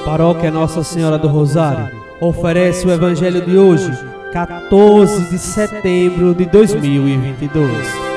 Paróquia Nossa Senhora do Rosário oferece o Evangelho de hoje, 14 de setembro de 2022.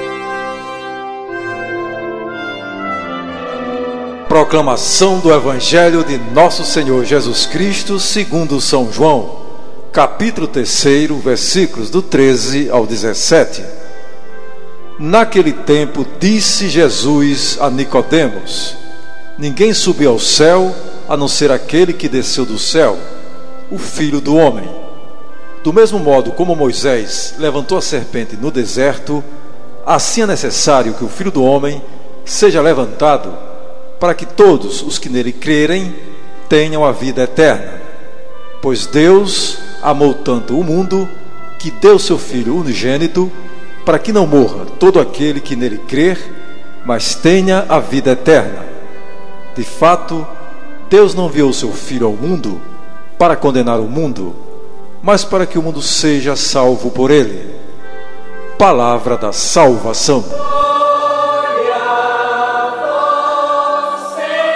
Proclamação do Evangelho de Nosso Senhor Jesus Cristo segundo São João, capítulo 3, versículos do 13 ao 17. Naquele tempo disse Jesus a Nicodemos: ninguém subiu ao céu, a não ser aquele que desceu do céu, o Filho do Homem. Do mesmo modo como Moisés levantou a serpente no deserto, assim é necessário que o Filho do Homem seja levantado, para que todos os que nele crerem tenham a vida eterna. Pois Deus amou tanto o mundo, que deu seu Filho unigênito, para que não morra todo aquele que nele crer, mas tenha a vida eterna. De fato, Deus não enviou seu Filho ao mundo para condenar o mundo, mas para que o mundo seja salvo por ele. Palavra da salvação. Glória a vós,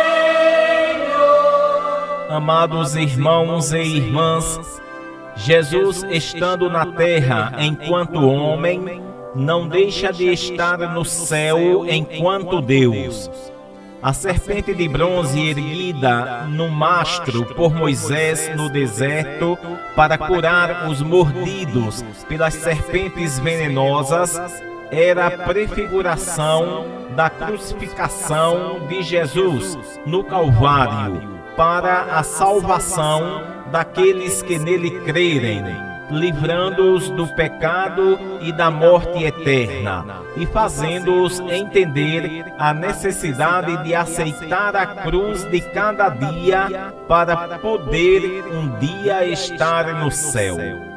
Senhor. Amados irmãos e irmãs, Jesus, estando na terra enquanto homem, não deixa de estar no céu enquanto Deus. A serpente de bronze erguida no mastro por Moisés no deserto para curar os mordidos pelas serpentes venenosas era a prefiguração da crucificação de Jesus no Calvário para a salvação daqueles que nele crerem, livrando-os do pecado e da morte eterna, e fazendo-os entender a necessidade de aceitar a cruz de cada dia para poder um dia estar no céu.